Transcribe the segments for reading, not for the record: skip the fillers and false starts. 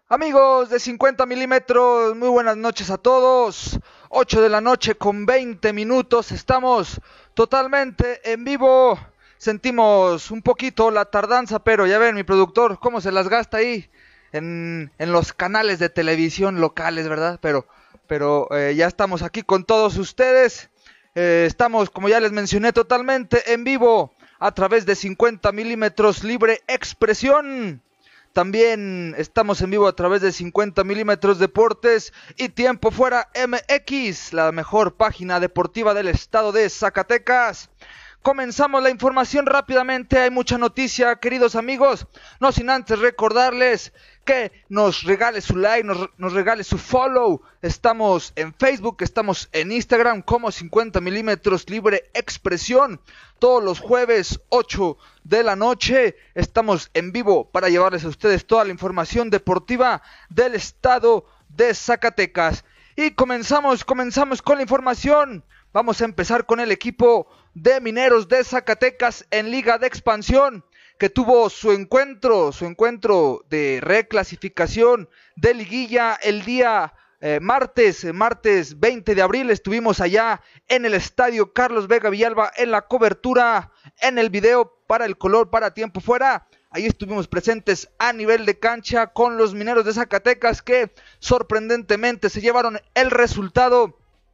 Amigos de 50 milímetros, muy buenas noches a todos. 8 de la noche con 20 minutos, estamos totalmente en vivo. Sentimos un poquito la tardanza, pero ya ven mi productor cómo se las gasta ahí en los canales de televisión locales, ¿verdad? Pero ya estamos aquí con todos ustedes. Estamos, como ya les mencioné, totalmente en vivo a través de 50 milímetros libre expresión. También estamos en vivo a través de 50 milímetros deportes y Tiempo Fuera MX, la mejor página deportiva del estado de Zacatecas. Comenzamos la información rápidamente, hay mucha noticia, queridos amigos, no sin antes recordarles que nos regale su like, nos regale su follow. Estamos en Facebook, estamos en Instagram como 50 milímetros libre expresión. Todos los jueves 8 de la noche estamos en vivo para llevarles a ustedes toda la información deportiva del estado de Zacatecas. Y comenzamos con la información. Vamos a empezar con el equipo de Mineros de Zacatecas en Liga de Expansión, que tuvo su encuentro de reclasificación de liguilla el día martes 20 de abril. Estuvimos allá en el estadio Carlos Vega Villalba en la cobertura, en el video para el color para Tiempo Fuera. Ahí estuvimos presentes a nivel de cancha con los Mineros de Zacatecas, que sorprendentemente se llevaron el resultado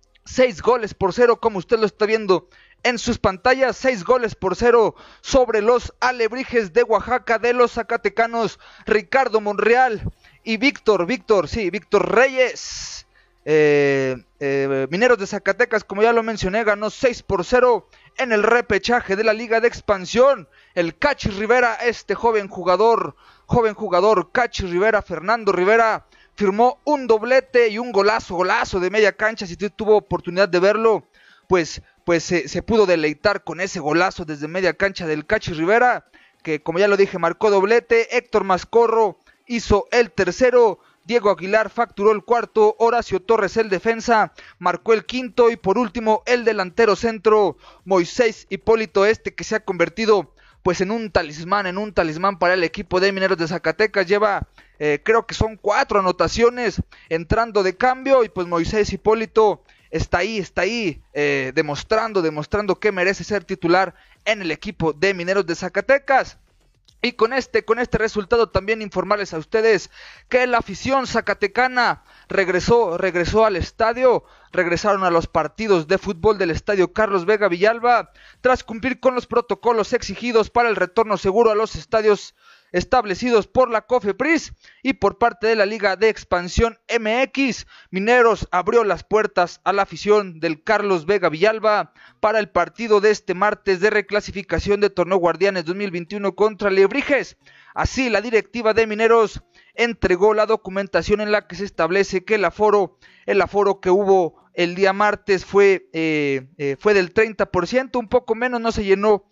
6-0, como usted lo está viendo en sus pantallas. 6-0 sobre los Alebrijes de Oaxaca de los zacatecanos Ricardo Monreal y Víctor Reyes. Mineros de Zacatecas, como ya lo mencioné, ganó 6-0 en el repechaje de la Liga de Expansión. El Cachi Rivera, este joven jugador Cachi Rivera, Fernando Rivera, firmó un doblete y un golazo de media cancha. Si usted tuvo oportunidad de verlo, pues se pudo deleitar con ese golazo desde media cancha del Cachi Rivera, que, como ya lo dije, marcó doblete. Héctor Mascorro hizo el tercero, Diego Aguilar facturó el cuarto, Horacio Torres, el defensa, marcó el quinto, y por último el delantero centro Moisés Hipólito, que se ha convertido pues en un talismán para el equipo de Mineros de Zacatecas. Lleva creo que son 4 anotaciones entrando de cambio, y pues Moisés Hipólito está ahí demostrando que merece ser titular en el equipo de Mineros de Zacatecas. Y con este resultado también informarles a ustedes que la afición zacatecana regresó al estadio. Regresaron a los partidos de fútbol del estadio Carlos Vega Villalba, tras cumplir con los protocolos exigidos para el retorno seguro a los estadios establecidos por la COFEPRIS y por parte de la Liga de Expansión MX. Mineros abrió las puertas a la afición del Carlos Vega Villalba para el partido de este martes de reclasificación de Torneo Guardianes 2021 contra Alebrijes. Así, la directiva de Mineros entregó la documentación en la que se establece que el aforo que hubo el día martes fue del 30%, un poco menos, no se llenó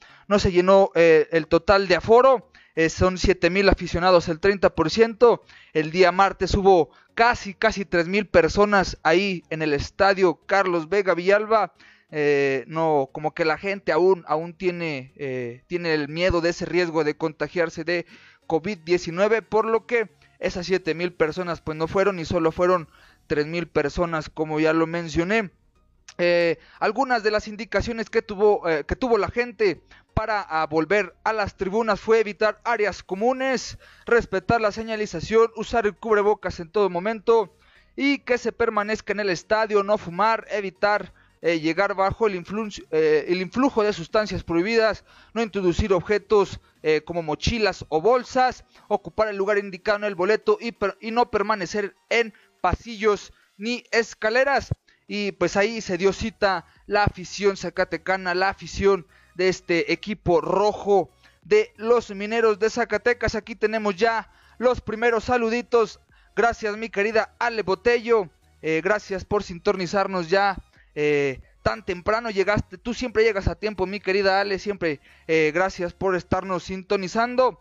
el total de aforo. Son 7,000 aficionados, el 30%. El día martes hubo casi 3,000 personas ahí en el estadio Carlos Vega Villalba. No, como que la gente aún tiene el miedo de ese riesgo de contagiarse de COVID-19, por lo que esas 7,000 personas pues no fueron, y solo fueron 3,000 personas, como ya lo mencioné. Algunas de las indicaciones que tuvo la gente para volver a las tribunas fue evitar áreas comunes, respetar la señalización, usar el cubrebocas en todo momento, y que se permanezca en el estadio, no fumar, evitar llegar bajo el influjo de sustancias prohibidas, no introducir objetos como mochilas o bolsas, ocupar el lugar indicado en el boleto y no permanecer en pasillos ni escaleras. Y pues ahí se dio cita la afición zacatecana, la afición de este equipo rojo de los Mineros de Zacatecas. Aquí tenemos ya los primeros saluditos. Gracias, mi querida Ale Botello, gracias por sintonizarnos ya tan temprano. Llegaste, tú siempre llegas a tiempo, mi querida Ale, siempre. Gracias por estarnos sintonizando.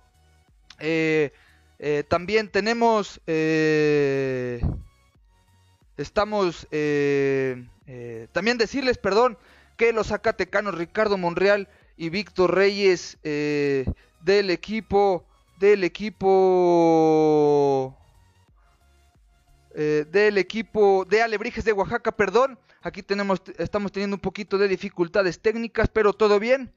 También tenemos también decirles, que los zacatecanos Ricardo Monreal y Víctor Reyes del equipo del equipo de Alebrijes de Oaxaca, perdón. Aquí estamos teniendo un poquito de dificultades técnicas, pero todo bien.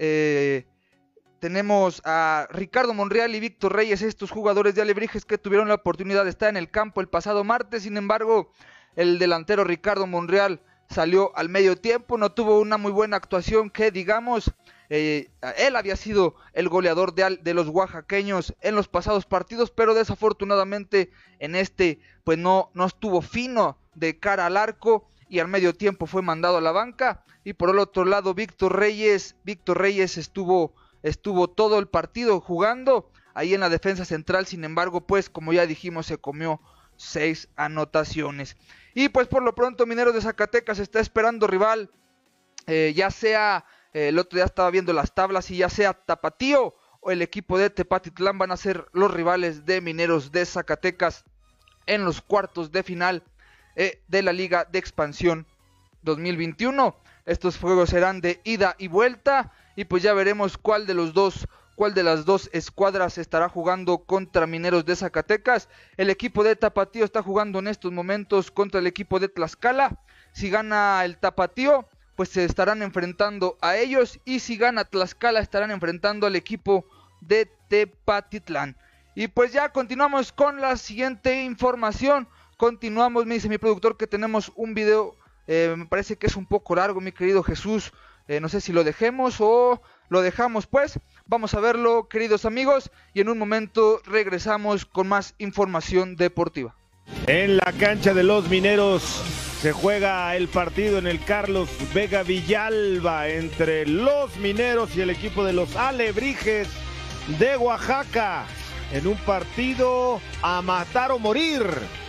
Tenemos a Ricardo Monreal y Víctor Reyes, estos jugadores de Alebrijes que tuvieron la oportunidad de estar en el campo el pasado martes. Sin embargo, el delantero Ricardo Monreal salió al medio tiempo, no tuvo una muy buena actuación que digamos. Él había sido el goleador de los oaxaqueños en los pasados partidos, pero desafortunadamente en este pues no estuvo fino de cara al arco y al medio tiempo fue mandado a la banca. Y por el otro lado Víctor Reyes estuvo todo el partido jugando ahí en la defensa central. Sin embargo, pues como ya dijimos, se comió 6 anotaciones. Y pues por lo pronto Mineros de Zacatecas está esperando rival, ya sea, el otro día estaba viendo las tablas, y ya sea Tapatío o el equipo de Tepatitlán van a ser los rivales de Mineros de Zacatecas en los cuartos de final de la Liga de Expansión 2021. Estos juegos serán de ida y vuelta, y pues ya veremos cuál de las dos escuadras estará jugando contra Mineros de Zacatecas. El equipo de Tapatío está jugando en estos momentos contra el equipo de Tlaxcala. Si gana el Tapatío, pues se estarán enfrentando a ellos, y si gana Tlaxcala estarán enfrentando al equipo de Tepatitlán. Y pues ya continuamos con la siguiente información. Continuamos, me dice mi productor que tenemos un video, me parece que es un poco largo, mi querido Jesús. No sé si lo dejemos o lo dejamos, pues vamos a verlo, queridos amigos, y en un momento regresamos con más información deportiva. En la cancha de los Mineros se juega el partido en el Carlos Vega Villalba entre los Mineros y el equipo de los Alebrijes de Oaxaca, en un partido a matar o morir.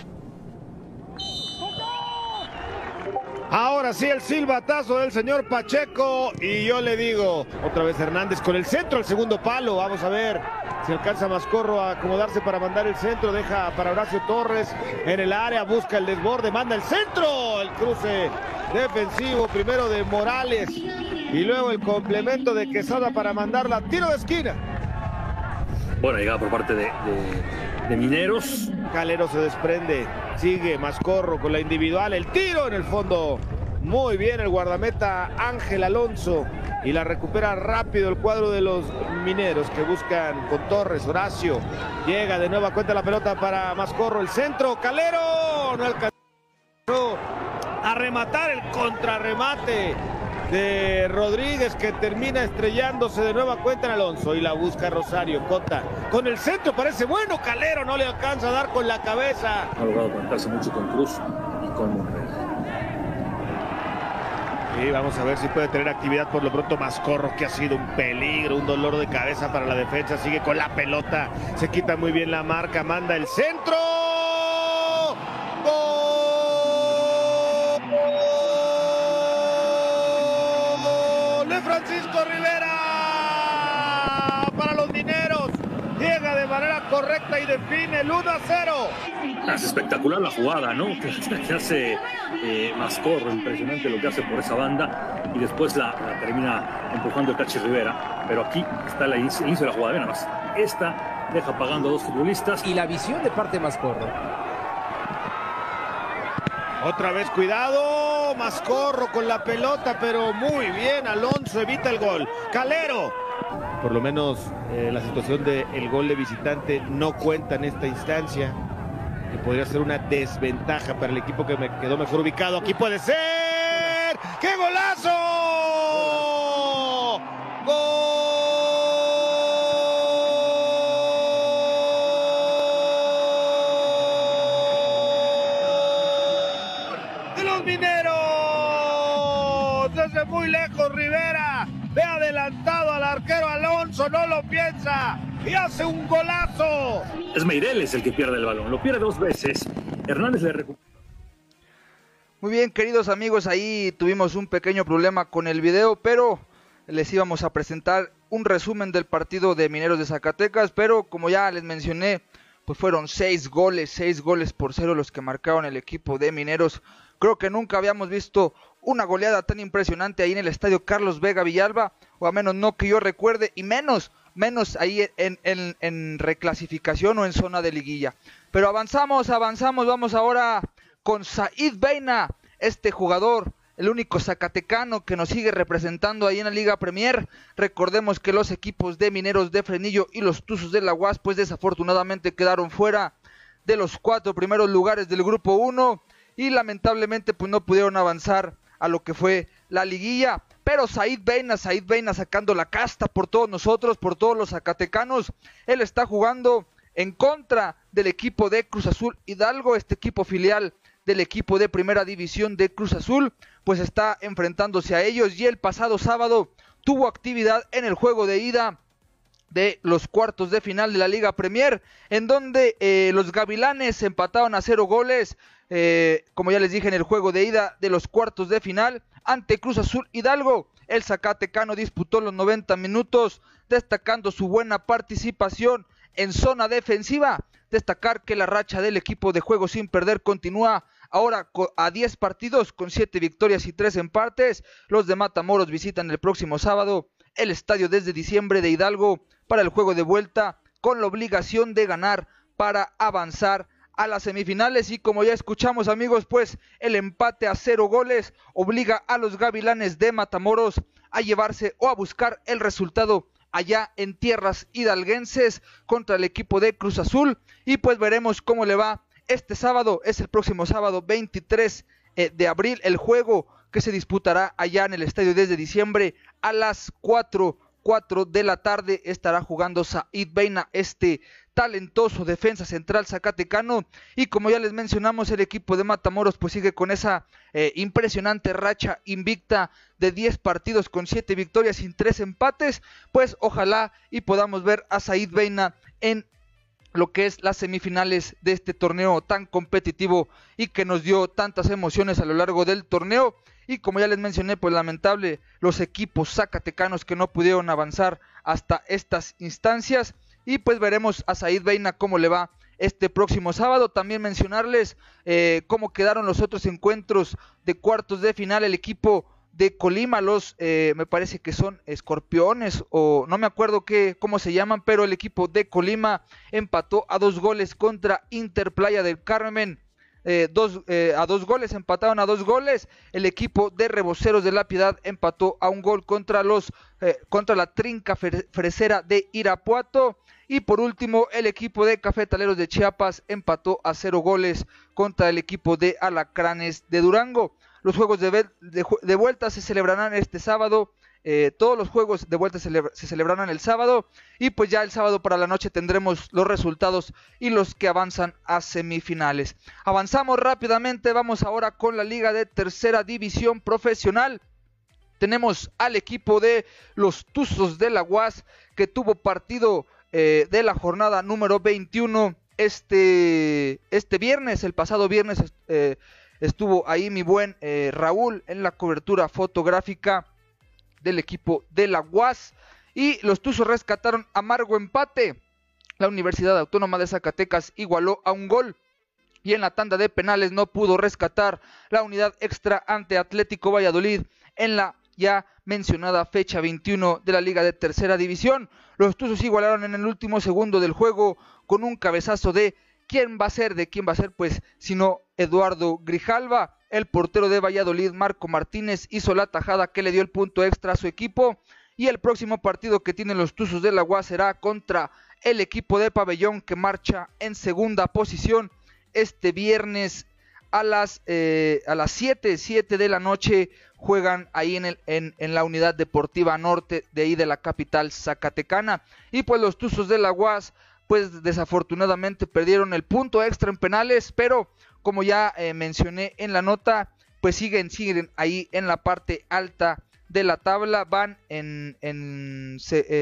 Ahora sí el silbatazo del señor Pacheco, y yo le digo, otra vez Hernández con el centro, el segundo palo. Vamos a ver si alcanza Mascorro a acomodarse para mandar el centro. Deja para Horacio Torres en el área, busca el desborde, manda el centro. El cruce defensivo primero de Morales y luego el complemento de Quesada para mandarla, tiro de esquina. Buena llegada por parte de Mineros. Calero se desprende, sigue Mascorro con la individual, el tiro en el fondo. Muy bien el guardameta Ángel Alonso, y la recupera rápido el cuadro de los Mineros, que buscan con Torres. Horacio llega de nueva cuenta la pelota para Mascorro, el centro, Calero no alcanzó a rematar, el contrarremate de Rodríguez, que termina estrellándose de nueva cuenta en Alonso, y la busca Rosario. Cota con el centro, parece bueno, Calero no le alcanza a dar con la cabeza. Ha logrado conectarse mucho con Cruz y con Monreal. Y vamos a ver si puede tener actividad por lo pronto Mascorro, que ha sido un peligro, un dolor de cabeza para la defensa. Sigue con la pelota, se quita muy bien la marca, manda el centro. ¡Gol! Francisco Rivera para los Mineros, llega de manera correcta y define el 1-0. Es espectacular la jugada, ¿no? Que hace Mascorro, impresionante lo que hace por esa banda, y después la termina empujando el Cachi Rivera. Pero aquí está el inicio de la jugada, nada más. Esta deja pagando a dos futbolistas. Y la visión de parte de Mascorro. Otra vez cuidado, Mascorro con la pelota, pero muy bien, Alonso evita el gol. Calero. Por lo menos la situación del gol de visitante no cuenta en esta instancia, que podría ser una desventaja para el equipo que me quedó mejor ubicado. Aquí puede ser. ¡Qué golazo! ¡Gol! Mineros, desde muy lejos Rivera ve adelantado al arquero Alonso, no lo piensa y hace un golazo. Es Meireles el que pierde el balón, lo pierde dos veces. Hernández le recupera. Muy bien, queridos amigos, ahí tuvimos un pequeño problema con el video, pero les íbamos a presentar un resumen del partido de Mineros de Zacatecas, pero como ya les mencioné, pues fueron 6 goles por 0 los que marcaron el equipo de Mineros. Creo que nunca habíamos visto una goleada tan impresionante ahí en el estadio Carlos Vega Villalba, o a menos no que yo recuerde, y menos menos ahí en reclasificación o en zona de liguilla. Pero avanzamos, vamos ahora con Said Beina, este jugador, el único zacatecano que nos sigue representando ahí en la Liga Premier. Recordemos que los equipos de Mineros de Fresnillo y los Tuzos de la UAS pues desafortunadamente quedaron fuera de los 4 primeros lugares del grupo 1 y lamentablemente pues no pudieron avanzar a lo que fue la liguilla. Pero Said Beina sacando la casta por todos nosotros, por todos los zacatecanos. Él está jugando en contra del equipo de Cruz Azul Hidalgo, este equipo filial del equipo de primera división de Cruz Azul, pues está enfrentándose a ellos, y el pasado sábado tuvo actividad en el juego de ida de los cuartos de final de la Liga Premier, en donde los Gavilanes empataron a 0 goles, como ya les dije, en el juego de ida de los cuartos de final ante Cruz Azul Hidalgo. El zacatecano disputó los 90 minutos, destacando su buena participación en zona defensiva. Destacar que la racha del equipo de juego sin perder continúa ahora a 10 partidos con 7 victorias y 3 empates. Los de Matamoros visitan el próximo sábado el estadio desde diciembre de Hidalgo para el juego de vuelta, con la obligación de ganar para avanzar a las semifinales. Y como ya escuchamos, amigos, pues el empate a 0 goles obliga a los Gavilanes de Matamoros a llevarse o a buscar el resultado allá en tierras hidalguenses contra el equipo de Cruz Azul. Y pues veremos cómo le va este sábado. Es el próximo sábado 23 de abril el juego, que se disputará allá en el estadio desde diciembre a las 4 de la tarde. Estará jugando Said Beina, este talentoso defensa central zacatecano. Y como ya les mencionamos, el equipo de Matamoros pues sigue con esa impresionante racha invicta de 10 partidos con 7 victorias y 3 empates. Pues ojalá y podamos ver a Said Beina en lo que es las semifinales de este torneo tan competitivo y que nos dio tantas emociones a lo largo del torneo. Y como ya les mencioné, pues lamentable los equipos zacatecanos que no pudieron avanzar hasta estas instancias. Y pues veremos a Said Beina cómo le va este próximo sábado. También mencionarles cómo quedaron los otros encuentros de cuartos de final. El equipo de Colima, me parece que son Escorpiones, o no me acuerdo cómo se llaman, pero el equipo de Colima empató a 2 goles contra Interplaya del Carmen. A 2 goles, empataron a 2 goles. El equipo de Reboceros de la Piedad empató a 1 gol contra la Trinca Fresera de Irapuato. Y por último, el equipo de Cafetaleros de Chiapas empató a 0 goles contra el equipo de Alacranes de Durango. Los juegos de vuelta se celebrarán este sábado. Todos los juegos de vuelta se celebrarán el sábado, y pues ya el sábado para la noche tendremos los resultados y los que avanzan a semifinales. Avanzamos rápidamente, vamos ahora con la Liga de Tercera División Profesional. Tenemos al equipo de los Tuzos de la UAS, que tuvo partido de la jornada número 21 este viernes. El pasado viernes estuvo ahí mi buen Raúl en la cobertura fotográfica del equipo de la UAS, y los Tuzos rescataron amargo empate. La Universidad Autónoma de Zacatecas igualó a 1 gol, y en la tanda de penales no pudo rescatar la unidad extra ante Atlético Valladolid en la ya mencionada fecha 21 de la Liga de Tercera División. Los Tuzos igualaron en el último segundo del juego con un cabezazo de ¿quién va a ser? Pues sino Eduardo Grijalva. El portero de Valladolid, Marco Martínez, hizo la tajada que le dio el punto extra a su equipo. Y el próximo partido que tienen los Tuzos de la UAS será contra el equipo de Pabellón, que marcha en segunda posición. Este viernes a las 7 de la noche juegan ahí en la Unidad Deportiva Norte de ahí de la capital zacatecana. Y pues los Tuzos de la UAS pues desafortunadamente perdieron el punto extra en penales, pero como ya mencioné en la nota, pues siguen ahí en la parte alta de la tabla. Van en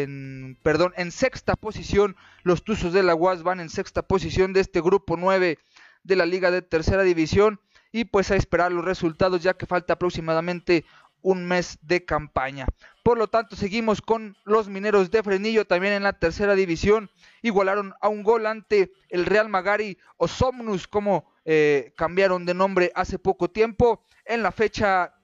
sexta posición. Los Tuzos de la UAS van en sexta posición de este grupo 9 de la Liga de Tercera División, y pues a esperar los resultados, ya que falta aproximadamente un mes de campaña. Por lo tanto, seguimos con los Mineros de Fresnillo, también en la Tercera División. Igualaron a 1 gol ante el Real Magari, o Somnus, como cambiaron de nombre hace poco tiempo. En la fecha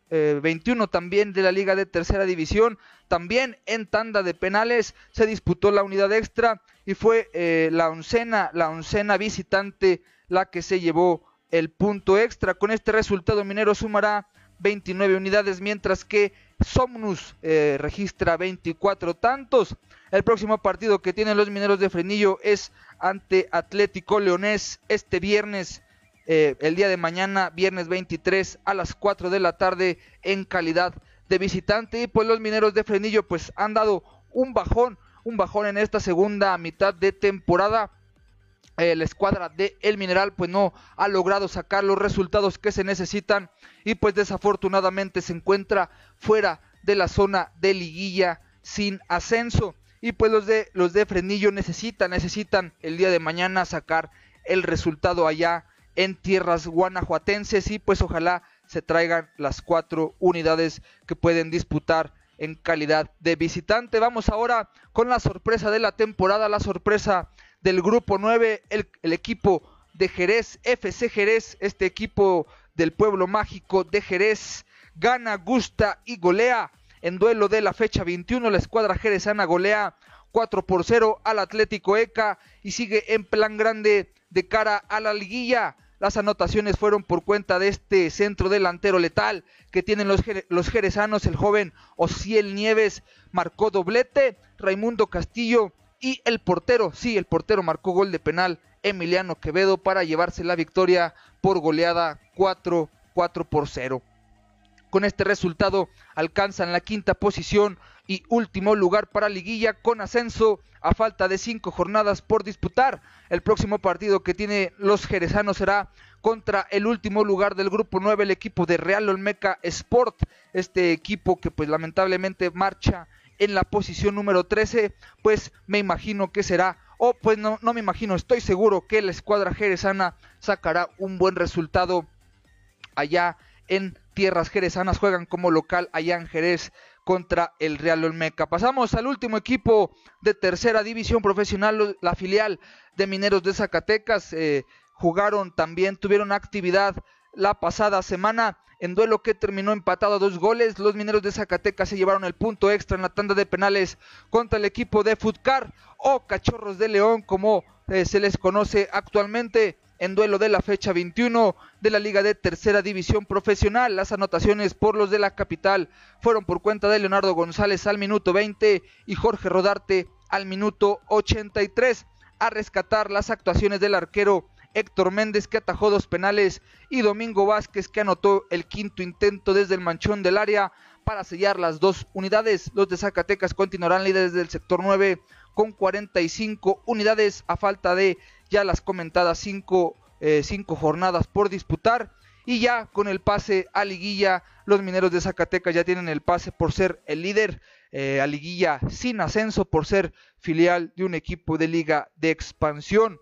21 también de la Liga de Tercera División. También en tanda de penales se disputó la unidad extra y fue la oncena visitante la que se llevó el punto extra. Con este resultado, Mineros sumará 29 unidades, mientras que Somnus registra 24 tantos. El próximo partido que tienen los Mineros de Fresnillo es ante Atlético Leonés este viernes, el día de mañana, viernes 23 a las 4 de la tarde en calidad de visitante. Y pues los Mineros de Fresnillo pues han dado un bajón en esta segunda mitad de temporada. La escuadra de El Mineral pues no ha logrado sacar los resultados que se necesitan y pues desafortunadamente se encuentra fuera de la zona de liguilla sin ascenso. Y pues los de Fresnillo necesitan el día de mañana sacar el resultado allá en tierras guanajuatenses y pues ojalá se traigan las 4 unidades que pueden disputar en calidad de visitante. Vamos ahora con la sorpresa de la temporada, la sorpresa del grupo 9, el equipo de Jerez, FC Jerez, este equipo del pueblo mágico de Jerez, gana, gusta y golea en duelo de la fecha 21. La escuadra jerezana golea 4-0 al Atlético ECA y sigue en plan grande de cara a la liguilla. Las anotaciones fueron por cuenta de este centro delantero letal que tienen los jerezanos. El joven Osiel Nieves marcó doblete, Raimundo Castillo y el portero marcó gol de penal, Emiliano Quevedo, para llevarse la victoria por goleada 4-0. Con este resultado alcanzan la quinta posición y último lugar para liguilla con ascenso a falta de 5 jornadas por disputar. El próximo partido que tiene los jerezanos será contra el último lugar del grupo 9, el equipo de Real Olmeca Sport, este equipo que pues lamentablemente marcha en la posición número 13, pues me imagino que será, no me imagino, estoy seguro que la escuadra jerezana sacará un buen resultado allá en tierras jerezanas. Juegan como local allá en Jerez contra el Real Olmeca. Pasamos al último equipo de tercera división profesional, la filial de Mineros de Zacatecas. Tuvieron actividad la pasada semana en duelo que terminó empatado a 2 goles. Los Mineros de Zacatecas se llevaron el punto extra en la tanda de penales contra el equipo de Futcar o Cachorros de León, como se les conoce actualmente, en duelo de la fecha 21 de la Liga de Tercera División Profesional. Las anotaciones por los de la capital fueron por cuenta de Leonardo González al minuto 20 y Jorge Rodarte al minuto 83. A rescatar las actuaciones del arquero Héctor Méndez, que atajó 2 penales, y Domingo Vázquez, que anotó el quinto intento desde el manchón del área para sellar las 2 unidades. Los de Zacatecas continuarán líderes del sector 9 con 45 unidades a falta de ya las comentadas 5 jornadas por disputar. Y ya con el pase a liguilla, los Mineros de Zacatecas ya tienen el pase por ser el líder a liguilla sin ascenso, por ser filial de un equipo de liga de expansión.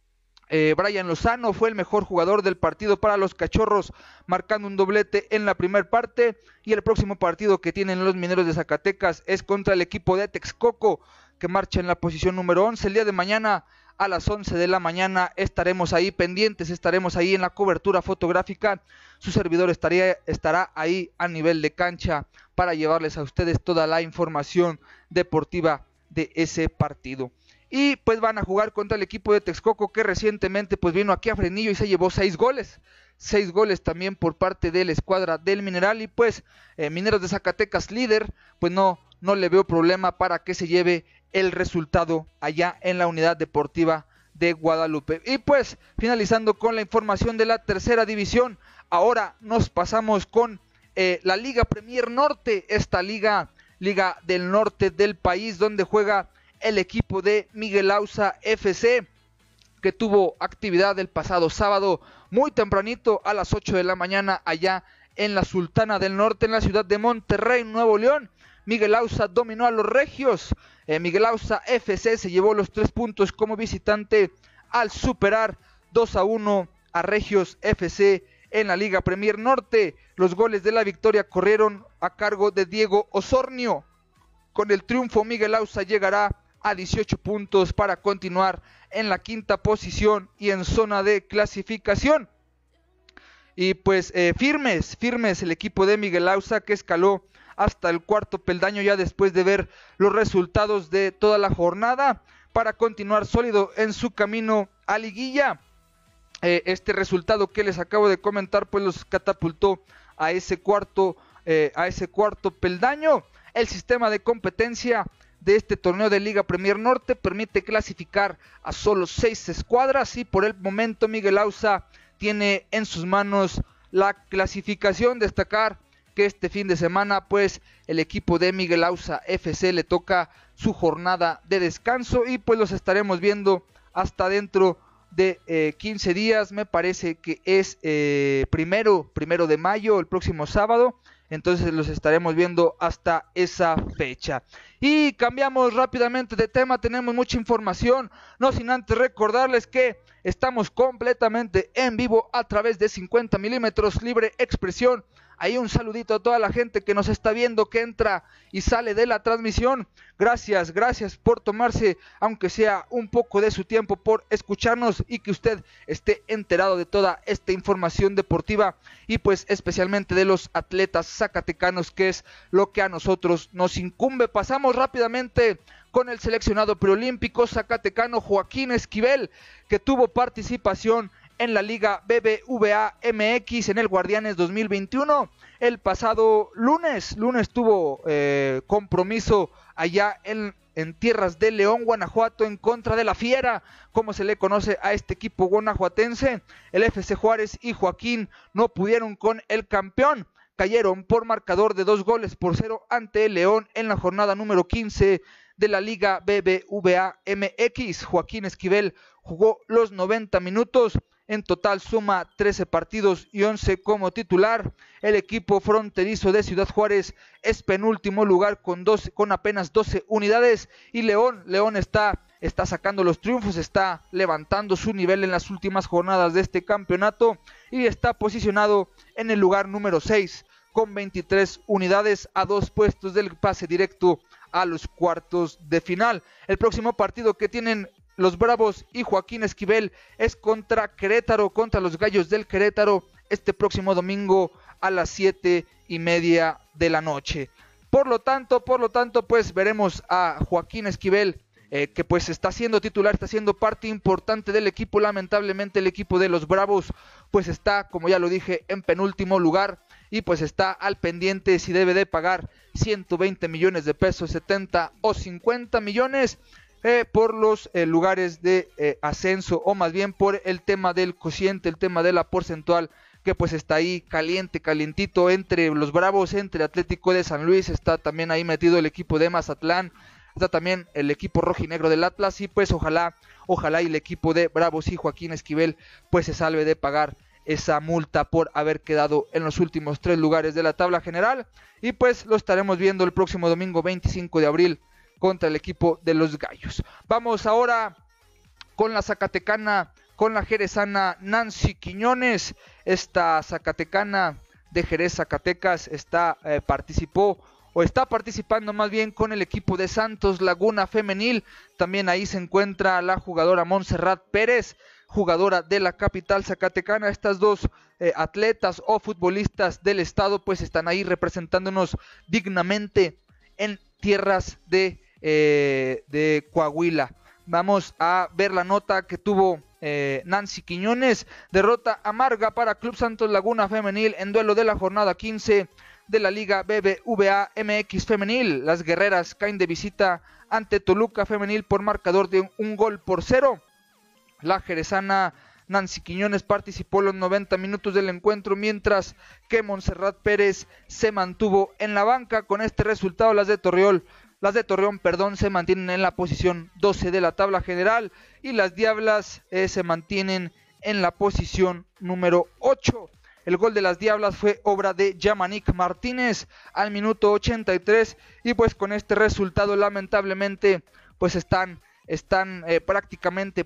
Brian Lozano fue el mejor jugador del partido para los Cachorros, marcando un doblete en la primera parte. Y el próximo partido que tienen los Mineros de Zacatecas es contra el equipo de Texcoco, que marcha en la posición número 11. El día de mañana a las 11 de la mañana estaremos ahí pendientes, estaremos ahí en la cobertura fotográfica. Su servidor estará ahí a nivel de cancha para llevarles a ustedes toda la información deportiva de ese partido. Y pues van a jugar contra el equipo de Texcoco, que recientemente pues vino aquí a Fresnillo y se llevó 6 goles. 6 goles también por parte de la escuadra del Mineral. Y pues Mineros de Zacatecas, líder, pues no le veo problema para que se lleve el resultado allá en la unidad deportiva de Guadalupe. Y pues finalizando con la información de la tercera división, ahora nos pasamos con la Liga Premier Norte, esta liga del norte del país, donde juega el equipo de Miguel Ausa FC, que tuvo actividad el pasado sábado muy tempranito a las 8 de la mañana allá en la Sultana del Norte, en la ciudad de Monterrey, Nuevo León. Miguel Ausa dominó a los regios. Miguel Ausa FC se llevó los 3 puntos como visitante al superar 2-1 a Regios FC en la Liga Premier Norte. Los goles de la victoria corrieron a cargo de Diego Osornio. Con el triunfo, Miguel Ausa llegará a 18 puntos para continuar en la quinta posición y en zona de clasificación. Y pues firmes el equipo de Miguel Ausa, que escaló hasta el cuarto peldaño ya después de ver los resultados de toda la jornada, para continuar sólido en su camino a liguilla. Este resultado que les acabo de comentar pues los catapultó a ese cuarto peldaño. El sistema de competencia de este torneo de Liga Premier Norte permite clasificar a solo 6 escuadras, y por el momento Miguel Ausa tiene en sus manos la clasificación. Destacar que este fin de semana pues el equipo de Miguel Ausa FC le toca su jornada de descanso, y pues los estaremos viendo hasta dentro de 15 días, me parece que es primero de mayo, el próximo sábado. Entonces los estaremos viendo hasta esa fecha. Y cambiamos rápidamente de tema, tenemos mucha información, no sin antes recordarles que estamos completamente en vivo a través de 50 milímetros libre expresión. Ahí un saludito a toda la gente que nos está viendo, que entra y sale de la transmisión. Gracias por tomarse, aunque sea un poco de su tiempo, por escucharnos, y que usted esté enterado de toda esta información deportiva, y pues especialmente de los atletas zacatecanos, que es lo que a nosotros nos incumbe. Pasamos rápidamente con el seleccionado preolímpico zacatecano Joaquín Esquivel, que tuvo participación en la Liga BBVA MX en el Guardianes 2021. El pasado lunes tuvo compromiso allá en tierras de León, Guanajuato, en contra de la Fiera, como se le conoce a este equipo guanajuatense. El FC Juárez y Joaquín no pudieron con el campeón, cayeron por marcador de 2-0 ante el León en la jornada número 15 de la Liga BBVA MX. Joaquín Esquivel jugó los 90 minutos, en total suma 13 partidos y 11 como titular. El equipo fronterizo de Ciudad Juárez es penúltimo lugar con apenas 12 unidades, y León está sacando los triunfos, está levantando su nivel en las últimas jornadas de este campeonato, y está posicionado en el lugar número 6 con 23 unidades, a 2 puestos del pase directo a los cuartos de final. El próximo partido que tienen los Bravos y Joaquín Esquivel es contra Querétaro, contra los Gallos del Querétaro, este próximo domingo a las 7:30 de la noche. Por lo tanto, pues veremos a Joaquín Esquivel, que pues está siendo titular, está siendo parte importante del equipo. Lamentablemente el equipo de los Bravos pues está, como ya lo dije, en penúltimo lugar, y pues está al pendiente si debe de pagar 120 millones de pesos, 70 o 50 millones por los lugares de ascenso, o más bien por el tema del cociente, el tema de la porcentual, que pues está ahí calientito entre los Bravos, entre Atlético de San Luis, está también ahí metido el equipo de Mazatlán, está también el equipo rojinegro del Atlas, y pues ojalá y el equipo de Bravos y Joaquín Esquivel pues se salve de pagar esa multa por haber quedado en los últimos 3 lugares de la tabla general. Y pues lo estaremos viendo el próximo domingo 25 de abril contra el equipo de los Gallos. Vamos ahora con la zacatecana, con la jerezana Nancy Quiñones. Esta zacatecana de Jerez, Zacatecas, está participando más bien con el equipo de Santos Laguna Femenil. También ahí se encuentra la jugadora Montserrat Pérez, jugadora de la capital zacatecana. Estas dos atletas o futbolistas del estado pues están ahí representándonos dignamente en tierras de Coahuila. Vamos a ver la nota que tuvo Nancy Quiñones. Derrota amarga para Club Santos Laguna Femenil en duelo de la jornada 15 de la Liga BBVA MX Femenil. Las guerreras caen de visita ante Toluca Femenil por marcador de 1-0. La jerezana Nancy Quiñones participó los 90 minutos del encuentro, mientras que Montserrat Pérez se mantuvo en la banca. Con este resultado las de Torreón se mantienen en la posición 12 de la tabla general, y las Diablas se mantienen en la posición número 8. El gol de las Diablas fue obra de Yamanik Martínez al minuto 83, y pues con este resultado lamentablemente pues están prácticamente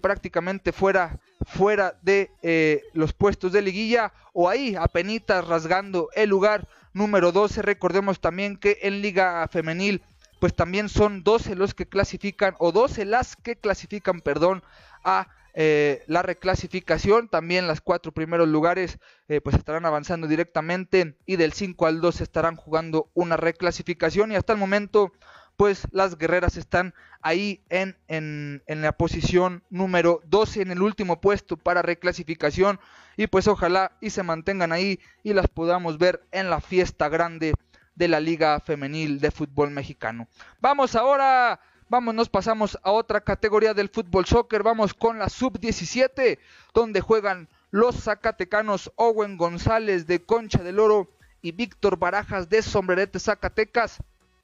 fuera de los puestos de liguilla, o ahí apenitas rasgando el lugar número 12. Recordemos también que en Liga Femenil pues también son 12 los que clasifican, o 12 las que clasifican, a la reclasificación. También los 4 primeros lugares pues estarán avanzando directamente, y del 5 al 2 estarán jugando una reclasificación, y hasta el momento pues las guerreras están ahí en la posición número 12, en el último puesto para reclasificación, y pues ojalá y se mantengan ahí y las podamos ver en la fiesta grande de la Liga Femenil de Fútbol Mexicano. Nos pasamos a otra categoría del fútbol soccer. Vamos con la sub-17, donde juegan los zacatecanos Owen González de Concha del Oro y Víctor Barajas de Sombrerete, Zacatecas.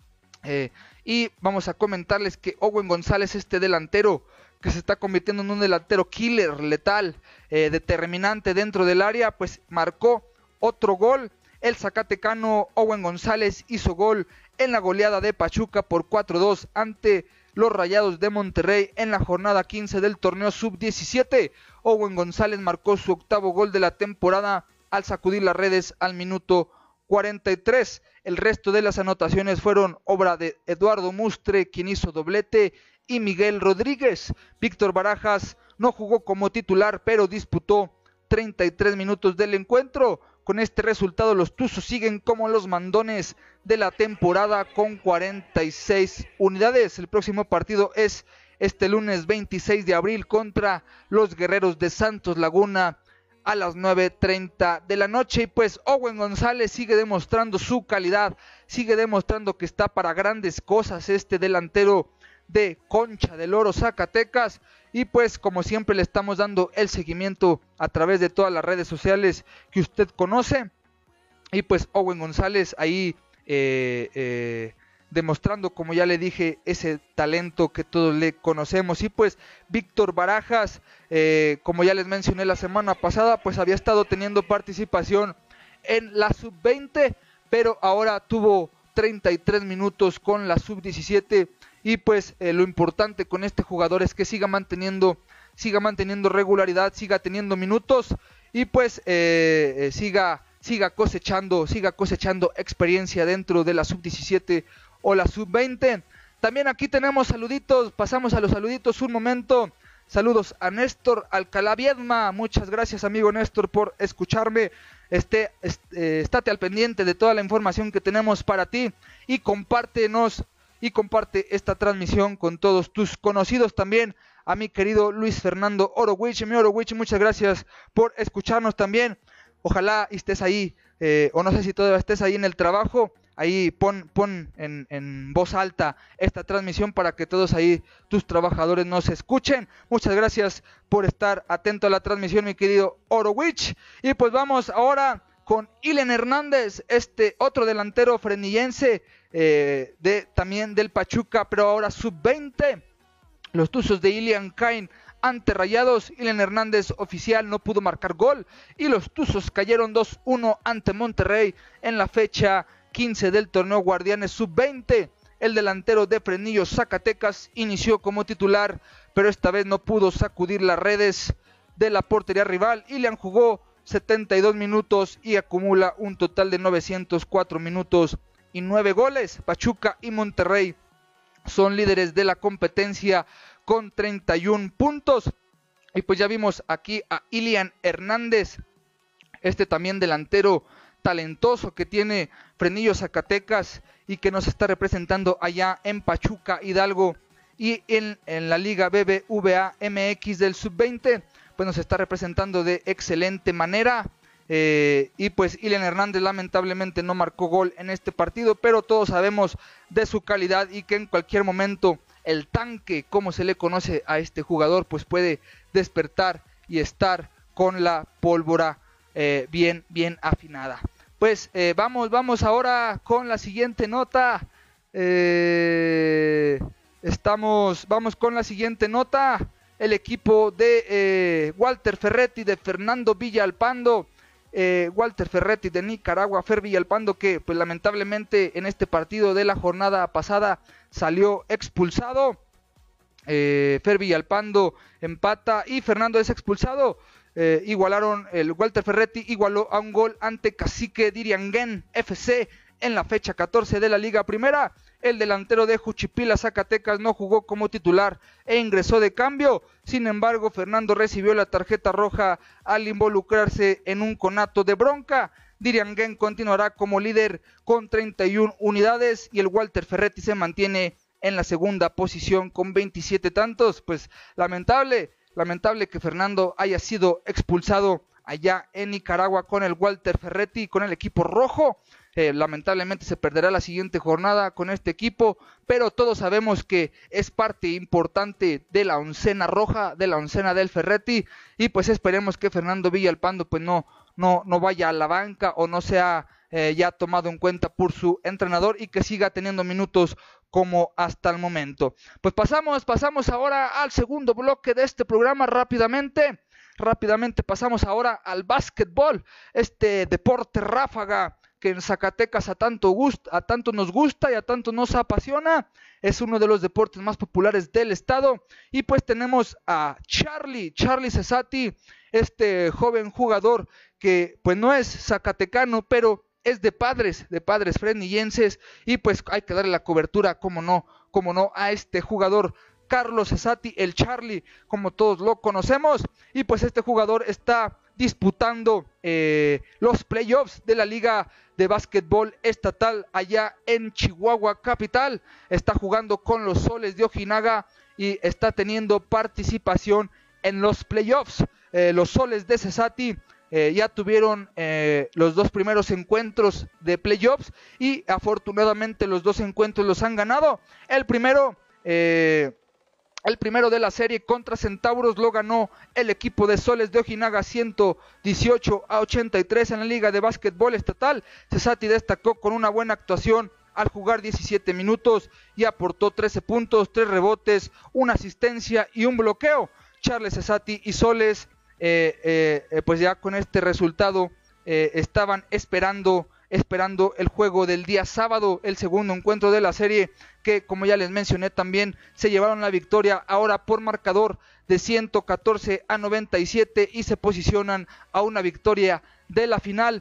Y vamos a comentarles que Owen González, este delantero que se está convirtiendo en un delantero killer, letal, determinante dentro del área, pues marcó otro gol. El zacatecano Owen González hizo gol en la goleada de Pachuca por 4-2 ante los Rayados de Monterrey en la jornada 15 del torneo sub-17. Owen González marcó su 8º gol de la temporada al sacudir las redes al minuto 43. El resto de las anotaciones fueron obra de Eduardo Mustre, quien hizo doblete, y Miguel Rodríguez. Víctor Barajas no jugó como titular, pero disputó 33 minutos del encuentro. Con este resultado, los Tuzos siguen como los mandones de la temporada con 46 unidades. El próximo partido es este lunes 26 de abril contra los Guerreros de Santos Laguna a las 9:30 de la noche. Y pues Owen González sigue demostrando su calidad, sigue demostrando que está para grandes cosas este delantero de Concha del Oro, Zacatecas. Y pues como siempre le estamos dando el seguimiento a través de todas las redes sociales que usted conoce. Y pues Owen González ahí demostrando, como ya le dije, ese talento que todos le conocemos. Y pues Víctor Barajas, como ya les mencioné la semana pasada, pues había estado teniendo participación en la sub-20, pero ahora tuvo 33 minutos con la sub-17. Y pues lo importante con este jugador es que siga manteniendo regularidad, siga teniendo minutos, y pues siga cosechando experiencia dentro de la sub-17 o la sub-20. También aquí tenemos saluditos, pasamos a los saluditos un momento. Saludos a Néstor Alcalá Viedma, muchas gracias amigo Néstor por escucharme. Estate al pendiente de toda la información que tenemos para ti, y comparte esta transmisión con todos tus conocidos. También a mi querido Luis Fernando Orowich, muchas gracias por escucharnos también. Ojalá estés ahí, o no sé si todavía estés ahí en el trabajo. Ahí pon en voz alta esta transmisión para que todos ahí tus trabajadores nos escuchen. Muchas gracias por estar atento a la transmisión, mi querido Orowich. Y pues vamos ahora con Ilian Hernández, este otro delantero frenillense, también del Pachuca, pero ahora sub-20. Los Tuzos de Ilian caen ante Rayados. Ilian Hernández oficial no pudo marcar gol, y los Tuzos cayeron 2-1 ante Monterrey en la fecha 15 del torneo Guardianes sub-20. El delantero de Frenillo, Zacatecas, inició como titular, pero esta vez no pudo sacudir las redes de la portería rival. Ilian jugó 72 minutos y acumula un total de 904 minutos y 9 goles. Pachuca y Monterrey son líderes de la competencia con 31 puntos. Y pues ya vimos aquí a Ilian Hernández, este también delantero talentoso que tiene Frenillo Zacatecas y que nos está representando allá en Pachuca Hidalgo, y en la Liga BBVA MX del Sub-20, pues nos está representando de excelente manera. Y pues Ilian Hernández lamentablemente no marcó gol en este partido, pero todos sabemos de su calidad y que en cualquier momento el tanque, como se le conoce a este jugador, pues puede despertar y estar con la pólvora bien afinada. Pues vamos ahora con la siguiente nota. Vamos con la siguiente nota. El equipo de Walter Ferretti, de Fernando Villalpando, Walter Ferretti de Nicaragua, Fer Villalpando, que pues lamentablemente en este partido de la jornada pasada salió expulsado. Fer Villalpando empata y Fernando es expulsado. El Walter Ferretti igualó a un gol ante Cacique Diriangén FC en la fecha 14 de la Liga Primera. El delantero de Juchipila, Zacatecas, no jugó como titular e ingresó de cambio. Sin embargo, Fernando recibió la tarjeta roja al involucrarse en un conato de bronca. Diriangén continuará como líder con 31 unidades y el Walter Ferretti se mantiene en la segunda posición con 27 tantos. Pues lamentable que Fernando haya sido expulsado allá en Nicaragua con el Walter Ferretti, con el equipo rojo. Lamentablemente se perderá la siguiente jornada con este equipo, pero todos sabemos que es parte importante de la oncena roja, de la oncena del Ferretti, y pues esperemos que Fernando Villalpando pues no vaya a la banca o no sea ya tomado en cuenta por su entrenador y que siga teniendo minutos como hasta el momento. Pues pasamos ahora al segundo bloque de este programa rápidamente pasamos ahora al básquetbol, este deporte ráfaga que en Zacatecas a tanto nos gusta y a tanto nos apasiona. Es uno de los deportes más populares del estado y pues tenemos a Charly Cesati, este joven jugador que pues no es zacatecano, pero es de padres frenillenses y pues hay que darle la cobertura, como no, a este jugador Carlos Cesati, el Charly, como todos lo conocemos, y pues este jugador está disputando los playoffs de la Liga de Básquetbol Estatal allá en Chihuahua capital. Está jugando con los Soles de Ojinaga y está teniendo participación en los playoffs. Los Soles de Cesati ya tuvieron los dos primeros encuentros de playoffs y afortunadamente los dos encuentros los han ganado. El primero de la serie contra Centauros lo ganó el equipo de Soles de Ojinaga 118-83 en la Liga de Básquetbol Estatal. Cesati destacó con una buena actuación al jugar 17 minutos y aportó 13 puntos, 3 rebotes, una asistencia y un bloqueo. Charly Cesati y Soles pues ya con este resultado estaban esperando el juego del día sábado, el segundo encuentro de la serie, que como ya les mencioné también se llevaron la victoria ahora por marcador de 114-97 y se posicionan a una victoria de la final.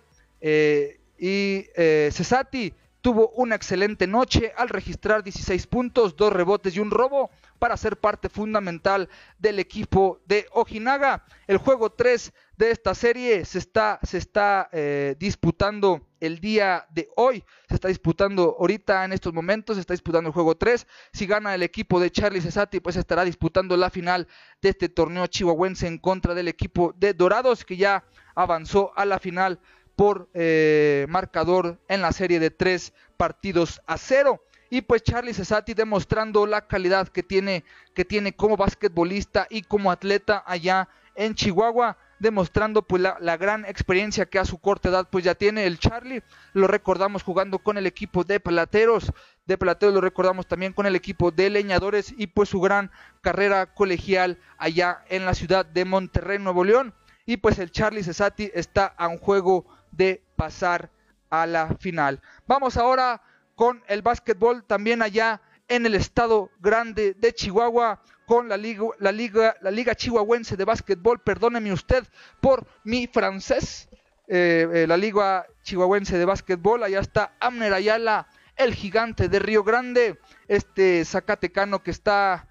Cesati tuvo una excelente noche al registrar 16 puntos, 2 rebotes y un robo para ser parte fundamental del equipo de Ojinaga. El juego 3 de esta serie se está disputando el día de hoy, se está disputando ahorita en estos momentos, se está disputando el juego 3. Si gana el equipo de Charly Cesati, pues estará disputando la final de este torneo chihuahuense en contra del equipo de Dorados, que ya avanzó a la final por marcador en la serie de 3-0. Y pues Charly Cesati demostrando la calidad que tiene como basquetbolista y como atleta allá en Chihuahua, demostrando pues la gran experiencia que a su corta edad pues ya tiene el Charly. Lo recordamos jugando con el equipo de Plateros, lo recordamos también con el equipo de Leñadores y pues su gran carrera colegial allá en la ciudad de Monterrey, Nuevo León. Y pues el Charly Cesati está a un juego de pasar a la final. Vamos ahora con el básquetbol también allá en el estado grande de Chihuahua, con la liga chihuahuense de básquetbol. Perdóneme usted por mi francés. La liga chihuahuense de básquetbol, allá está Amner Ayala, el gigante de Río Grande, este zacatecano que está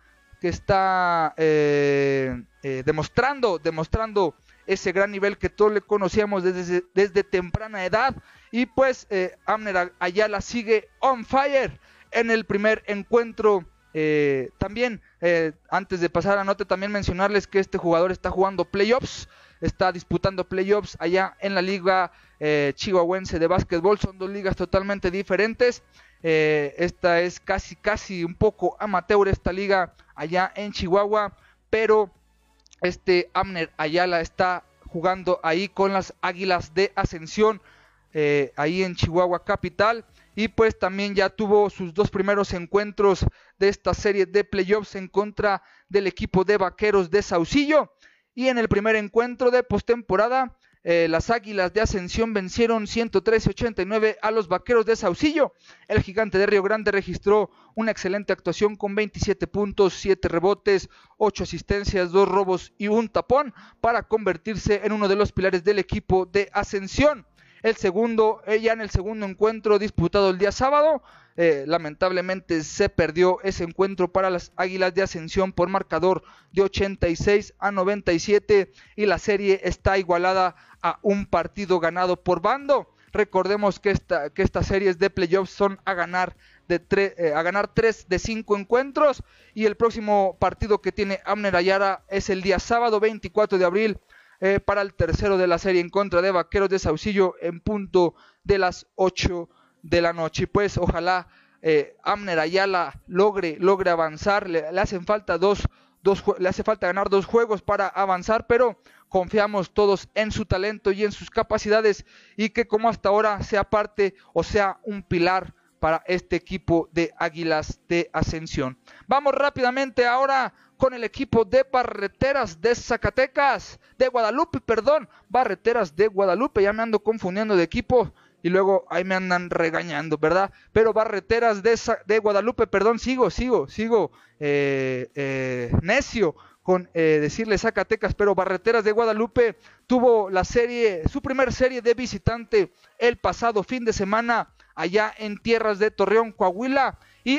demostrando ese gran nivel que todos le conocíamos desde temprana edad. Y pues Amner Ayala sigue on fire en el primer encuentro. También antes de pasar a nota, también mencionarles que este jugador está jugando playoffs, está disputando playoffs allá en la liga chihuahuense de básquetbol. Son dos ligas totalmente diferentes. Esta es casi un poco amateur, esta liga allá en Chihuahua, pero este Amner Ayala está jugando ahí con las Águilas de Ascensión, ahí en Chihuahua capital, y pues también ya tuvo sus dos primeros encuentros de esta serie de playoffs en contra del equipo de Vaqueros de Saucillo. Y en el primer encuentro de postemporada, las Águilas de Ascensión vencieron 113-89 a los Vaqueros de Saucillo. El gigante de Río Grande registró una excelente actuación con 27 puntos, 7 rebotes, 8 asistencias, 2 robos y un tapón para convertirse en uno de los pilares del equipo de Ascensión. Ya en el segundo encuentro disputado el día sábado, lamentablemente se perdió ese encuentro para las Águilas de Ascensión por marcador de 86-97 y la serie está igualada a un partido ganado por bando. Recordemos que estas series de playoffs son a ganar 3 de 5 encuentros y el próximo partido que tiene Abner Ayala es el día sábado 24 de abril para el tercero de la serie en contra de Vaqueros de Saucillo en punto de las 8 de la noche. Y pues ojalá Abner Ayala logre avanzar, le hacen falta le hace falta ganar 2 juegos para avanzar, pero confiamos todos en su talento y en sus capacidades y que como hasta ahora sea parte o sea un pilar para este equipo de Águilas de Ascensión. Vamos rápidamente ahora con el equipo de Barreteras de Barreteras de Guadalupe, ya me ando confundiendo de equipo y luego ahí me andan regañando, ¿verdad? Pero Barreteras de Guadalupe, perdón, sigo necio con decirle Zacatecas, pero Barreteras de Guadalupe tuvo su primer serie de visitante el pasado fin de semana allá en tierras de Torreón, Coahuila, y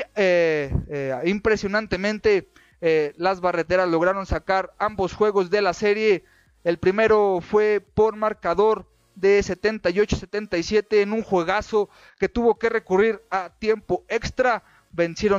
impresionantemente las Barreteras lograron sacar ambos juegos de la serie. El primero fue por marcador de 78-77 en un juegazo que tuvo que recurrir a tiempo extra. Vencieron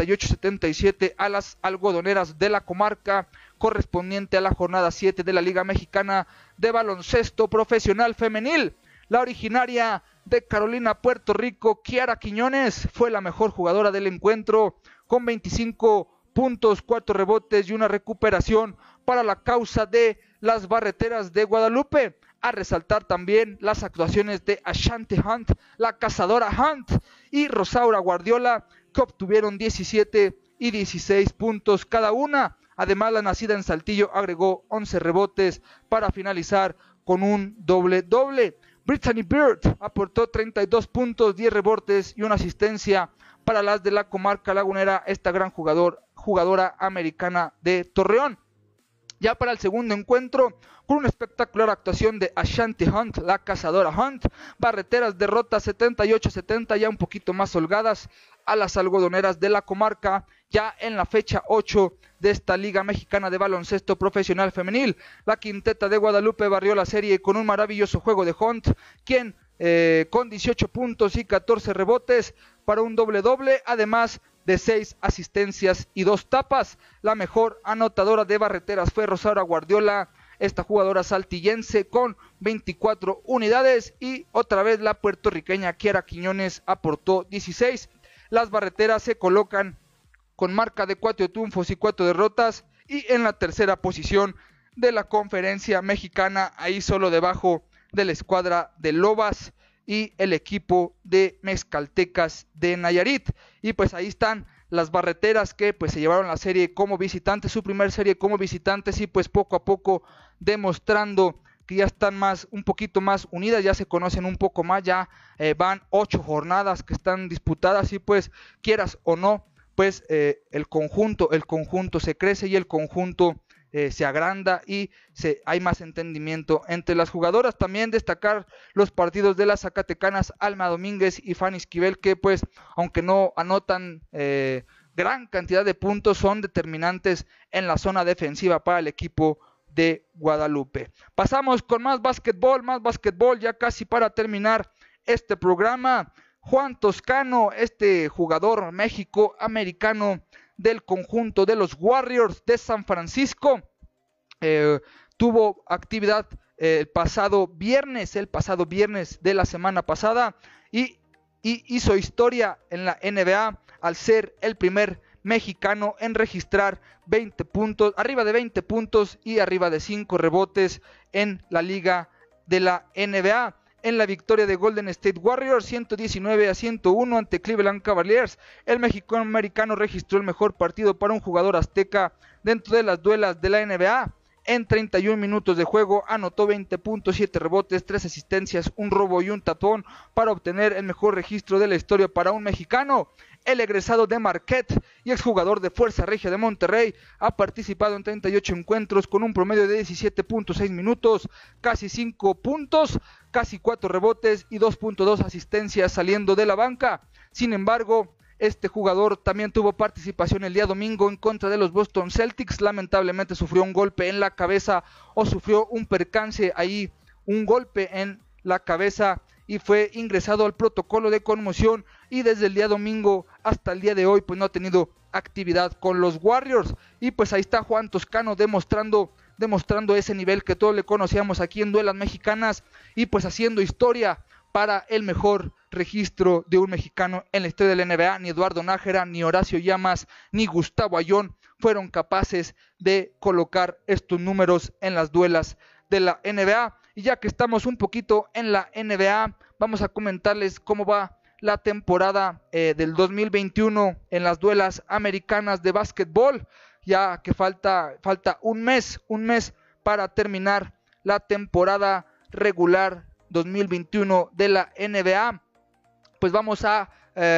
78-77 a las algodoneras de la comarca correspondiente a la jornada 7 de la Liga Mexicana de Baloncesto Profesional Femenil. La originaria de Carolina, Puerto Rico, Kiara Quiñones, fue la mejor jugadora del encuentro con 25 puntos, 4 rebotes y una recuperación para la causa de las Barreteras de Guadalupe. A resaltar también las actuaciones de Ashanti Hunt, la cazadora Hunt, y Rosaura Guardiola, que obtuvieron 17 y 16 puntos cada una. Además, la nacida en Saltillo agregó 11 rebotes para finalizar con un doble-doble. Brittany Beard aportó 32 puntos, 10 rebotes y una asistencia para las de la comarca lagunera, esta gran jugadora americana de Torreón. Ya para el segundo encuentro, con una espectacular actuación de Ashanti Hunt, la cazadora Hunt, Barreteras derrota 78-70, ya un poquito más holgadas, a las algodoneras de la comarca, ya en la fecha 8 de esta Liga Mexicana de Baloncesto Profesional Femenil. La quinteta de Guadalupe barrió la serie con un maravilloso juego de Hunt, quien con 18 puntos y 14 rebotes para un doble-doble, además de 6 asistencias y 2 tapas. La mejor anotadora de Barreteras fue Rosaura Guardiola, esta jugadora saltillense, con 24 unidades, y otra vez la puertorriqueña Kiara Quiñones aportó 16. Las Barreteras se colocan con marca de 4 triunfos y 4 derrotas y en la tercera posición de la conferencia mexicana, ahí solo debajo de la escuadra de Lobas y el equipo de Mezcaltecas de Nayarit. Y pues ahí están las Barreteras, que pues se llevaron la serie como visitantes, su primer serie como visitantes, y pues poco a poco demostrando que ya están un poquito más unidas, ya se conocen un poco más, ya van 8 jornadas que están disputadas, y pues quieras o no, pues el conjunto se crece y el conjunto se agranda y hay más entendimiento entre las jugadoras. También destacar los partidos de las zacatecanas Alma Domínguez y Fanny Esquivel, que pues aunque no anotan gran cantidad de puntos, son determinantes en la zona defensiva para el equipo de Guadalupe. Pasamos con más básquetbol ya casi para terminar este programa. Juan Toscano, este jugador México-americano del conjunto de los Warriors de San Francisco, tuvo actividad el pasado viernes de la semana pasada, y hizo historia en la NBA al ser el primer mexicano en registrar 20 puntos, arriba de 20 puntos y arriba de 5 rebotes en la liga de la NBA. En la victoria de Golden State Warriors 119-101 ante Cleveland Cavaliers, el mexicano registró el mejor partido para un jugador azteca dentro de las duelas de la NBA. En 31 minutos de juego anotó 20 puntos, 7 rebotes, 3 asistencias, un robo y un tapón para obtener el mejor registro de la historia para un mexicano. El egresado de Marquette y exjugador de Fuerza Regia de Monterrey ha participado en 38 encuentros con un promedio de 17.6 minutos, casi 5 puntos, casi 4 rebotes y 2.2 asistencias saliendo de la banca. Sin embargo, este jugador también tuvo participación el día domingo en contra de los Boston Celtics. Lamentablemente sufrió un golpe en la cabeza o sufrió un percance ahí, un golpe en la cabeza, y fue ingresado al protocolo de conmoción, y desde el día domingo hasta el día de hoy pues no ha tenido actividad con los Warriors. Y pues ahí está Juan Toscano demostrando ese nivel que todos le conocíamos aquí en Duelas Mexicanas, y pues haciendo historia para el mejor registro de un mexicano en la historia de la NBA. Ni Eduardo Nájera, ni Horacio Llamas, ni Gustavo Ayón fueron capaces de colocar estos números en las duelas de la NBA. Y ya que estamos un poquito en la NBA, vamos a comentarles cómo va la temporada del 2021 en las duelas americanas de básquetbol, ya que falta un mes para terminar la temporada regular 2021 de la NBA. Pues vamos a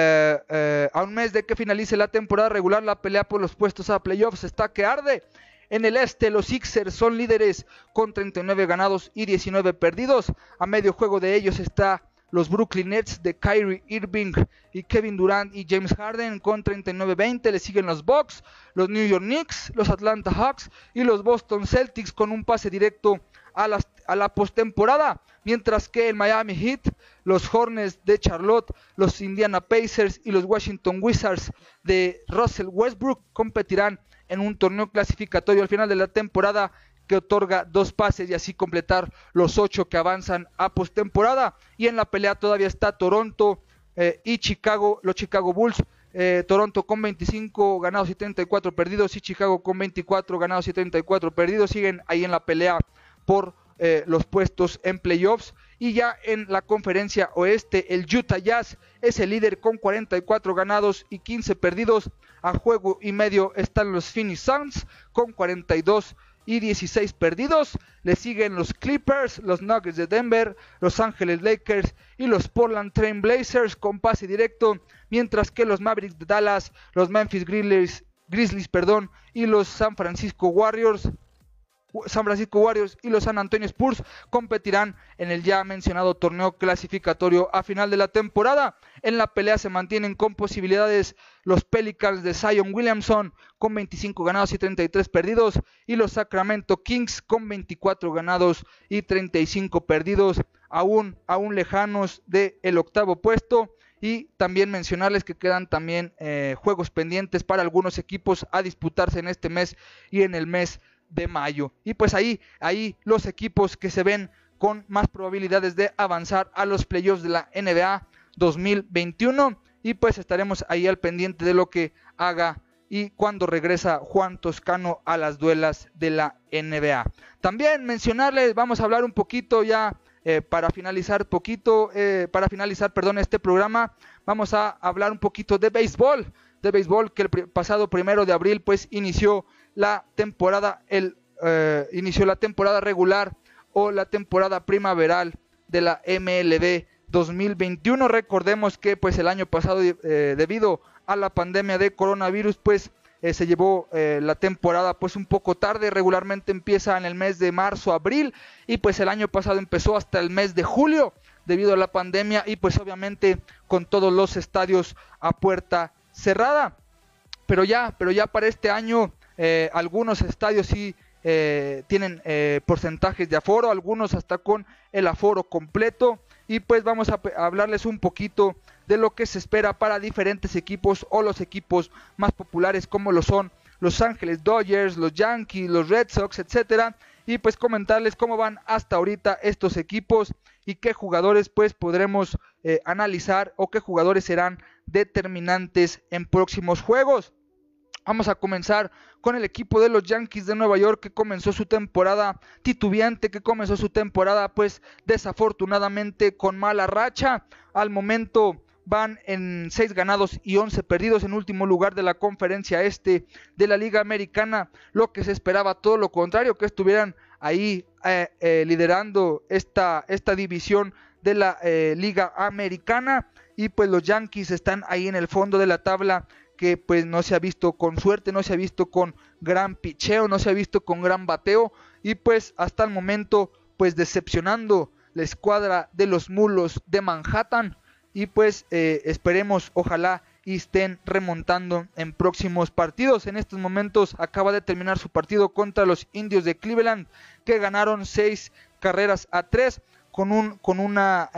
un mes de que finalice la temporada regular. La pelea por los puestos a playoffs está que arde. En el este, los Sixers son líderes con 39 ganados y 19 perdidos. A medio juego de ellos está los Brooklyn Nets de Kyrie Irving y Kevin Durant y James Harden con 39-20. Le siguen los Bucks, los New York Knicks, los Atlanta Hawks y los Boston Celtics con un pase directo a la postemporada. Mientras que el Miami Heat, los Hornets de Charlotte, los Indiana Pacers y los Washington Wizards de Russell Westbrook competirán en un torneo clasificatorio al final de la temporada que otorga 2 pases y así completar los 8 que avanzan a postemporada. Y en la pelea todavía está Toronto y Chicago, los Chicago Bulls. Toronto con 25 ganados y 34 perdidos, y Chicago con 24 ganados y 34 perdidos. Siguen ahí en la pelea por los puestos en playoffs. Y ya en la conferencia oeste, el Utah Jazz es el líder con 44 ganados y 15 perdidos. A juego y medio están los Phoenix Suns con 42 y 16 perdidos. Le siguen los Clippers, los Nuggets de Denver, los Ángeles Lakers y los Portland Trail Blazers con pase directo, mientras que los Mavericks de Dallas, los Memphis Grizzlies y los San Francisco Warriors y los San Antonio Spurs competirán en el ya mencionado torneo clasificatorio a final de la temporada. En la pelea se mantienen con posibilidades los Pelicans de Zion Williamson con 25 ganados y 33 perdidos, y los Sacramento Kings con 24 ganados y 35 perdidos, aún lejanos del octavo puesto. Y también mencionarles que quedan también juegos pendientes para algunos equipos a disputarse en este mes y en el mes de mayo. Y pues ahí los equipos que se ven con más probabilidades de avanzar a los playoffs de la NBA 2021, y pues estaremos ahí al pendiente de lo que haga y cuando regresa Juan Toscano a las duelas de la NBA. También mencionarles, vamos a hablar un poquito ya para finalizar este programa, vamos a hablar un poquito de béisbol, que el pasado 1 de abril pues inició la temporada regular o la temporada primaveral de la MLB 2021. Recordemos que pues el año pasado debido a la pandemia de coronavirus pues se llevó la temporada pues un poco tarde. Regularmente empieza en el mes de marzo, abril, y pues el año pasado empezó hasta el mes de julio debido a la pandemia, y pues obviamente con todos los estadios a puerta cerrada. Pero ya para este año algunos estadios sí tienen porcentajes de aforo, algunos hasta con el aforo completo. Y pues vamos a hablarles un poquito de lo que se espera para diferentes equipos o los equipos más populares como lo son Los Ángeles Dodgers, los Yankees, los Red Sox, etcétera. Y pues comentarles cómo van hasta ahorita estos equipos y qué jugadores pues podremos analizar o qué jugadores serán determinantes en próximos juegos. Vamos a comenzar con el equipo de los Yankees de Nueva York, que comenzó su temporada titubeante, que comenzó su temporada pues desafortunadamente con mala racha. Al momento van en 6 ganados y 11 perdidos, en último lugar de la conferencia este de la Liga Americana. Lo que se esperaba, todo lo contrario, que estuvieran ahí liderando esta división de la Liga Americana. y pues los Yankees están ahí en el fondo de la tabla, que pues no se ha visto con suerte, no se ha visto con gran picheo, no se ha visto con gran bateo, y pues hasta el momento pues decepcionando la escuadra de los Mulos de Manhattan, y pues esperemos, ojalá y estén remontando en próximos partidos. En estos momentos acaba de terminar su partido contra los Indios de Cleveland, que ganaron 6-3 con una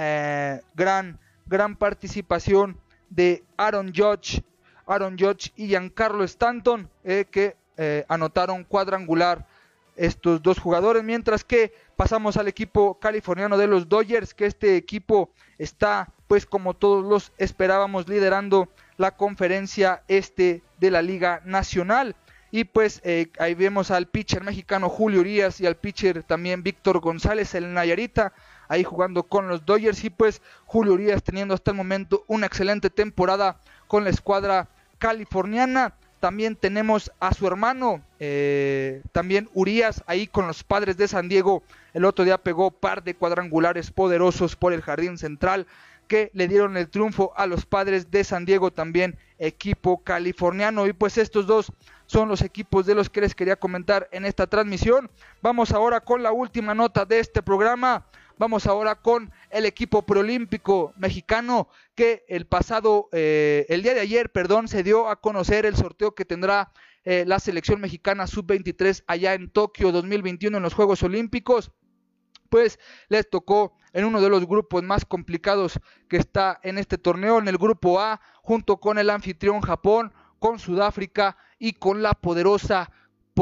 gran participación de Aaron Judge y Giancarlo Stanton, que anotaron cuadrangular estos dos jugadores, mientras que pasamos al equipo californiano de los Dodgers, que este equipo está, pues como todos los esperábamos, liderando la conferencia este de la Liga Nacional, y pues ahí vemos al pitcher mexicano Julio Urias y al pitcher también Víctor González, el Nayarita, ahí jugando con los Dodgers, y pues Julio Urias teniendo hasta el momento una excelente temporada con la escuadra californiana. También tenemos a su hermano, también Urias, ahí con los Padres de San Diego. El otro día pegó par de cuadrangulares poderosos por el jardín central, que le dieron el triunfo a los Padres de San Diego, también equipo californiano. Y pues estos dos son los equipos de los que les quería comentar en esta transmisión. Vamos ahora con la última nota de este programa. Vamos ahora con el equipo preolímpico mexicano, que el día de ayer, se dio a conocer el sorteo que tendrá la selección mexicana sub-23 allá en Tokio 2021 en los Juegos Olímpicos. Pues les tocó en uno de los grupos más complicados que está en este torneo, en el grupo A, junto con el anfitrión Japón, con Sudáfrica y con la poderosa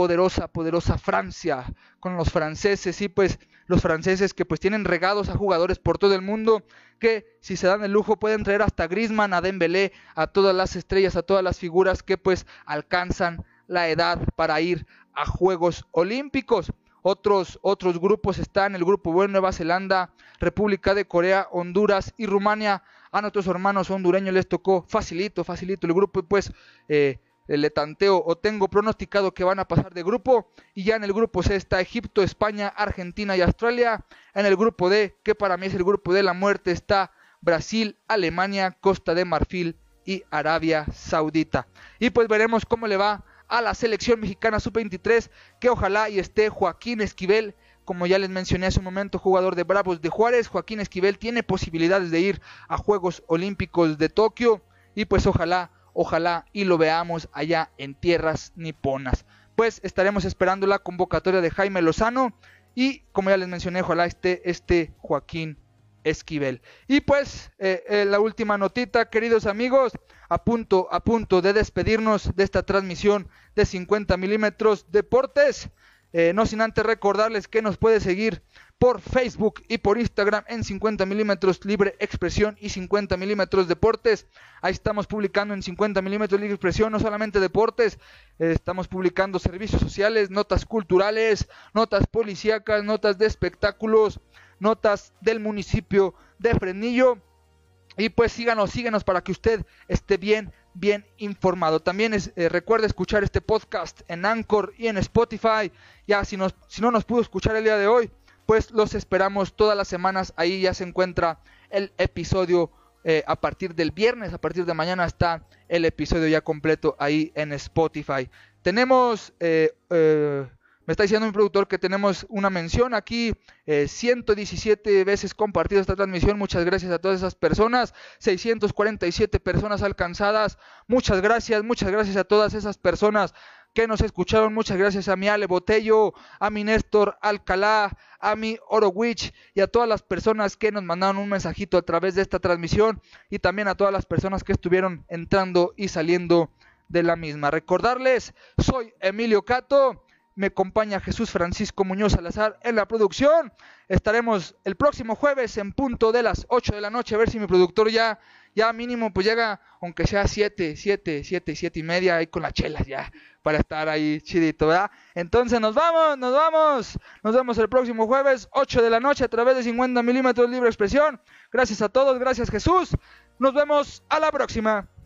Francia, con los franceses. Y pues los franceses que pues tienen regados a jugadores por todo el mundo, que si se dan el lujo pueden traer hasta Griezmann, a Dembélé, a todas las estrellas, a todas las figuras que pues alcanzan la edad para ir a Juegos Olímpicos. Otros grupos están: el grupo B, Nueva Zelanda, República de Corea, Honduras y Rumania. A nuestros hermanos hondureños les tocó facilito el grupo, y pues le tanteo o tengo pronosticado que van a pasar de grupo. Y ya en el grupo C está Egipto, España, Argentina y Australia. En el grupo D, que para mí es el grupo de la muerte, está Brasil, Alemania, Costa de Marfil y Arabia Saudita. Y pues veremos cómo le va a la selección mexicana sub-23, que ojalá y esté Joaquín Esquivel, como ya les mencioné hace un momento, jugador de Bravos de Juárez. Joaquín Esquivel tiene posibilidades de ir a Juegos Olímpicos de Tokio, y pues ojalá y lo veamos allá en tierras niponas. Pues estaremos esperando la convocatoria de Jaime Lozano, y como ya les mencioné, ojalá esté Joaquín Esquivel. Y pues la última notita, queridos amigos, a punto de despedirnos de esta transmisión de 50 milímetros Deportes, no sin antes recordarles que nos puede seguir por Facebook y por Instagram en 50 milímetros Libre Expresión y 50 milímetros Deportes. Ahí estamos publicando en 50 milímetros Libre Expresión no solamente deportes, estamos publicando servicios sociales, notas culturales, notas policíacas, notas de espectáculos, notas del municipio de Fresnillo. Y pues síganos para que usted esté bien informado. También recuerde escuchar este podcast en Anchor y en Spotify. Ya si no nos pudo escuchar el día de hoy, pues los esperamos todas las semanas. Ahí ya se encuentra el episodio a partir del viernes. A partir de mañana está el episodio ya completo ahí en Spotify. Tenemos... me está diciendo mi productor que tenemos una mención aquí, 117 veces compartida esta transmisión. Muchas gracias a todas esas personas, 647 personas alcanzadas. Muchas gracias a todas esas personas que nos escucharon. Muchas gracias a mi Ale Botello, a mi Néstor Alcalá, a mi Orowich y a todas las personas que nos mandaron un mensajito a través de esta transmisión, y también a todas las personas que estuvieron entrando y saliendo de la misma. Recordarles, soy Emilio Cato. Me acompaña Jesús Francisco Muñoz Salazar en la producción. Estaremos el próximo jueves en punto de las 8 de la noche. A ver si mi productor ya mínimo pues llega, aunque sea 7 y media, ahí con las chelas ya, para estar ahí chidito, ¿verdad? Entonces nos vemos el próximo jueves, 8 de la noche, a través de 50 milímetros Libre Expresión. Gracias a todos, gracias Jesús. Nos vemos a la próxima.